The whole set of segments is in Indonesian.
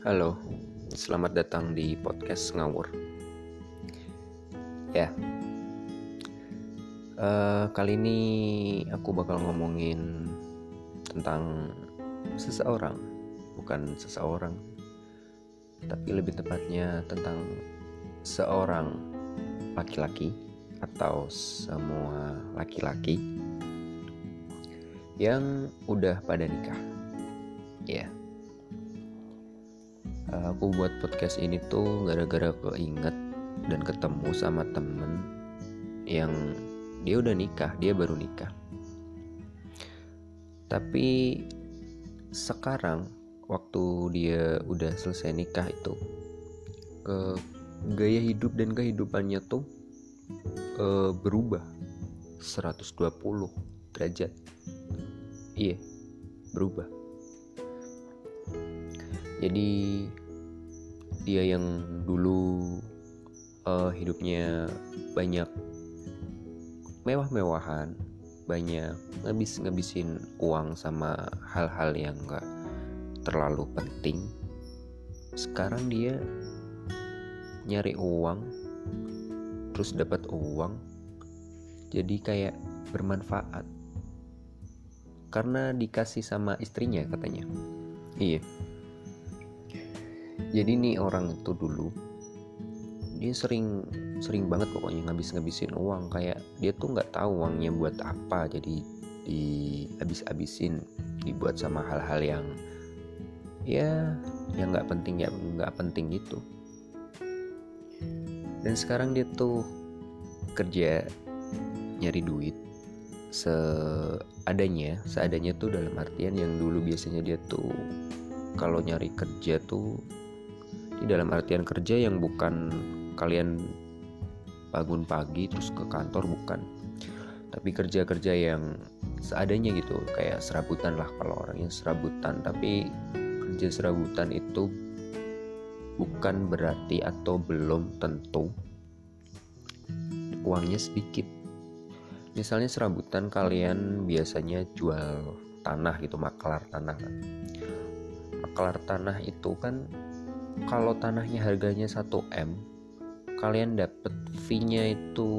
Halo, selamat datang di podcast Ngawur. Ya, kali ini aku bakal ngomongin tentang seseorang, bukan seseorang, tapi lebih tepatnya tentang seorang laki-laki atau semua laki-laki yang udah pada nikah. Ya. Aku buat podcast ini tuh gara-gara keinget dan ketemu sama temen yang dia udah nikah, dia baru nikah. Tapi sekarang waktu dia udah selesai nikah itu, gaya hidup dan kehidupannya tuh berubah 120 derajat. Iya, berubah. Jadi dia yang dulu hidupnya banyak mewah-mewahan, banyak ngabisin uang sama hal-hal yang gak terlalu penting. Sekarang dia nyari uang, terus dapat uang, jadi kayak bermanfaat karena dikasih sama istrinya katanya. Iya. Jadi nih orang itu dulu dia sering banget pokoknya ngabisin uang, kayak dia tuh nggak tahu uangnya buat apa, jadi dihabis-habisin, dibuat sama hal-hal yang nggak penting gitu. Dan sekarang dia tuh kerja nyari duit seadanya tuh, dalam artian yang dulu biasanya dia tuh kalau nyari kerja tuh di dalam artian kerja yang bukan kalian bangun pagi terus ke kantor, bukan, tapi kerja yang seadanya gitu, kayak serabutan lah kalau orangnya serabutan. Tapi kerja serabutan itu bukan berarti atau belum tentu uangnya sedikit. Misalnya serabutan, kalian biasanya jual tanah gitu, maklar tanah kan. Maklar tanah itu kan kalau tanahnya harganya 1M, kalian dapat fee-nya itu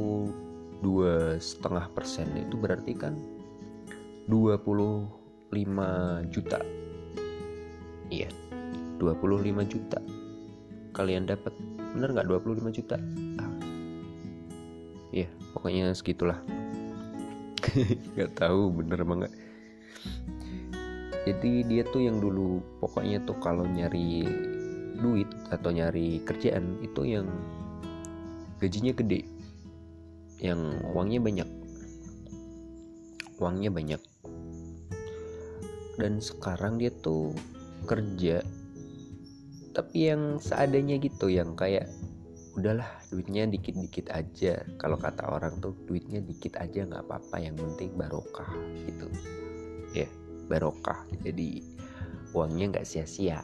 2,5%, itu berarti kan 25 juta. Iya, 25 juta kalian dapat. Bener gak 25 juta? Iya, pokoknya segitulah. Gak tahu bener apa enggak. Jadi dia tuh yang dulu pokoknya tuh kalau nyari duit atau nyari kerjaan itu yang gajinya gede, yang uangnya banyak. Dan sekarang dia tuh kerja tapi yang seadanya gitu, yang kayak udahlah duitnya dikit-dikit aja. Kalau kata orang tuh duitnya dikit aja nggak apa-apa, yang penting barokah gitu ya, barokah, jadi uangnya nggak sia-sia.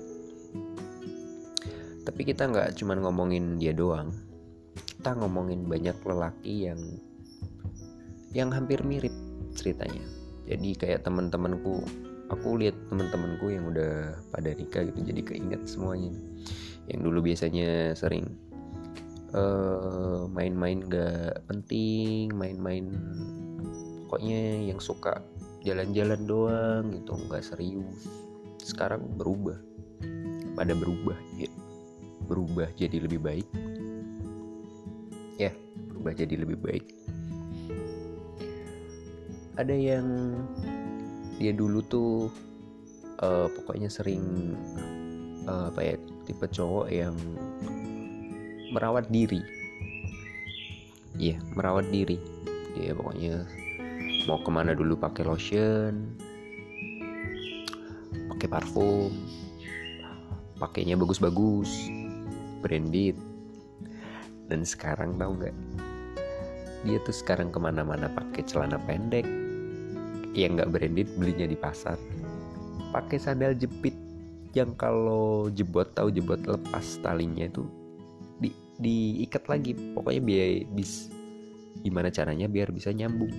Tapi kita nggak cuma ngomongin dia doang, kita ngomongin banyak lelaki yang hampir mirip ceritanya. Jadi kayak teman-temanku, aku lihat teman-temanku yang udah pada nikah gitu, jadi keinget semuanya. Yang dulu biasanya sering main-main gak penting, main-main pokoknya yang suka jalan-jalan doang gitu, gak serius. Sekarang pada berubah ya, berubah jadi lebih baik ya, berubah jadi lebih baik. Ada yang dia dulu tuh pokoknya sering tipe cowok yang merawat diri. Iya, merawat diri. Dia pokoknya mau kemana dulu pakai lotion, pakai parfum, pakainya bagus-bagus, branded. Dan sekarang tahu nggak, dia tuh sekarang kemana-mana pakai celana pendek yang nggak branded, belinya di pasar, pakai sandal jepit yang kalau jebot lepas talinya itu diikat lagi, pokoknya gimana caranya biar bisa nyambung.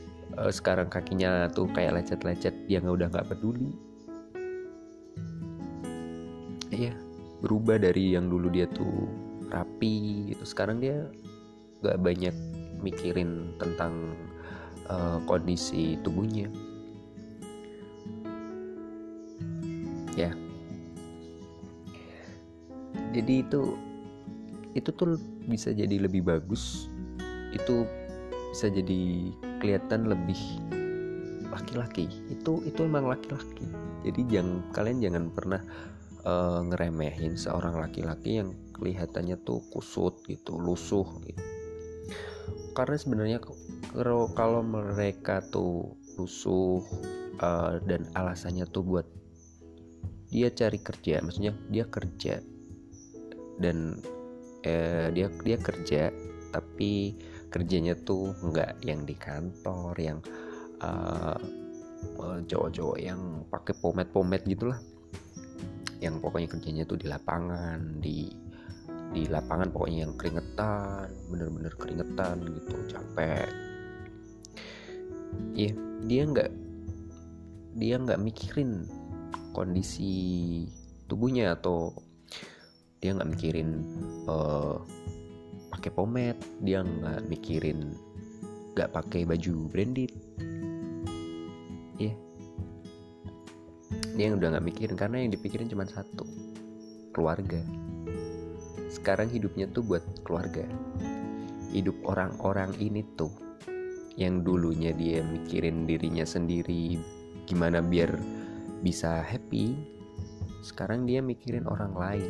Sekarang kakinya tuh kayak lecet-lecet, dia udah nggak peduli. berubah dari yang dulu dia tuh rapi gitu, sekarang dia gak banyak mikirin tentang kondisi tubuhnya. Ya, jadi itu tuh bisa jadi lebih bagus, itu bisa jadi kelihatan lebih laki-laki, itu emang laki-laki. Jadi kalian jangan pernah ngeremehin seorang laki-laki yang kelihatannya tuh kusut gitu, lusuh gitu. Karena sebenarnya kalau mereka tuh lusuh dan alasannya tuh buat dia cari kerja, maksudnya dia kerja dan dia kerja tapi kerjanya tuh nggak yang di kantor, yang cowok-cowok yang pakai pomade gitulah, yang pokoknya kerjanya tuh di lapangan, di lapangan pokoknya yang keringetan, bener-bener keringetan gitu, capek. Iya, dia nggak mikirin kondisi tubuhnya, atau dia nggak mikirin pakai pomade, dia nggak mikirin nggak pakai baju branded. Iya, dia udah nggak mikirin, karena yang dipikirin cuma satu, keluarga. Sekarang hidupnya tuh buat keluarga. Hidup orang-orang ini tuh yang dulunya dia mikirin dirinya sendiri gimana biar bisa happy, sekarang dia mikirin orang lain.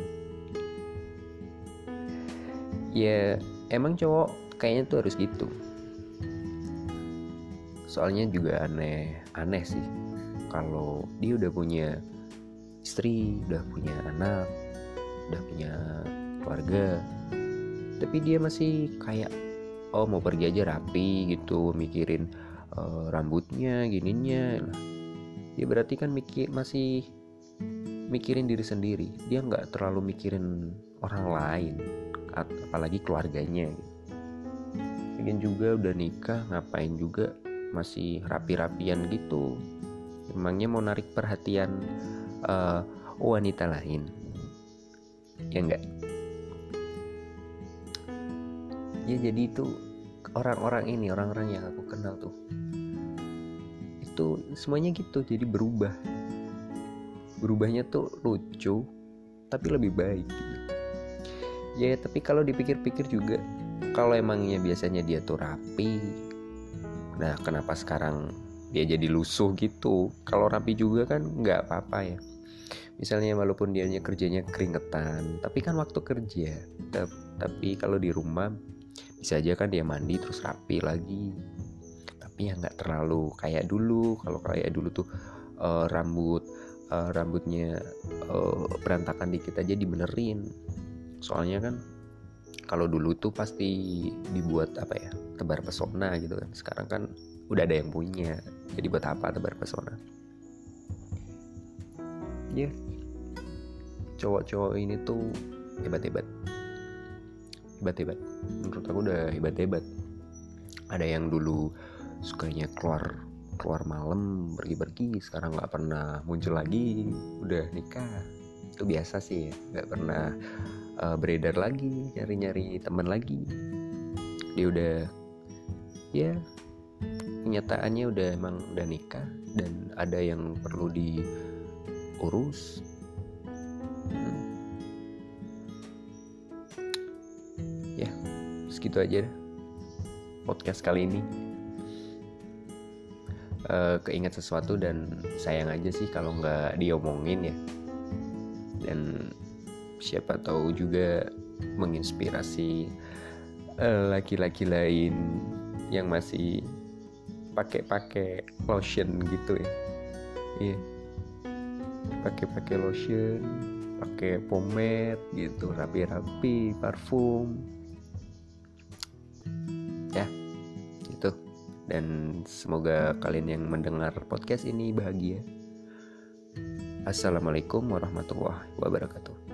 Ya emang cowok kayaknya tuh harus gitu. Soalnya juga aneh sih kalau dia udah punya istri, udah punya anak, udah punya keluarga, tapi dia masih kayak mau pergi aja rapi gitu, mikirin rambutnya gininya. Dia berarti kan masih mikirin diri sendiri, dia nggak terlalu mikirin orang lain, apalagi keluarganya. Mungkin juga udah nikah, ngapain juga masih rapi-rapian gitu, emangnya mau narik perhatian wanita lain, ya enggak? Ya jadi itu orang-orang yang aku kenal tuh, itu semuanya gitu, jadi berubahnya tuh lucu tapi lebih baik gitu. Ya tapi kalau dipikir-pikir juga, kalau emangnya biasanya dia tuh rapi, nah kenapa sekarang dia jadi lusuh gitu? Kalau rapi juga kan nggak apa-apa ya, misalnya walaupun dianya kerjanya keringetan, tapi kan waktu kerja. Tapi kalau di rumah bisa aja kan dia mandi terus rapi lagi, tapi ya nggak terlalu kayak dulu. Kalau kayak dulu tuh rambutnya berantakan dikit aja dibenerin. Soalnya kan kalau dulu tuh pasti dibuat tebar pesona gitu kan. Sekarang kan udah ada yang punya, jadi buat apa tebar pesona? Ya, cowok-cowok ini tuh hebat-hebat. Menurut aku udah hebat-hebat. Ada yang dulu sukanya keluar malam, pergi-pergi, sekarang nggak pernah muncul lagi, udah nikah. Itu biasa sih ya, nggak pernah beredar lagi, nyari teman lagi. Dia udah, ya kenyataannya udah nikah dan ada yang perlu diurus. Ya segitu aja dah podcast kali ini. Keinget sesuatu dan sayang aja sih kalau nggak diomongin ya. Dan siapa tahu juga menginspirasi laki-laki lain yang masih pakai lotion gitu ya. Iya, pakai lotion, pakai pomade gitu, rapi-rapi, parfum. Ya, gitu. Dan semoga kalian yang mendengar podcast ini bahagia. Assalamualaikum warahmatullahi wabarakatuh.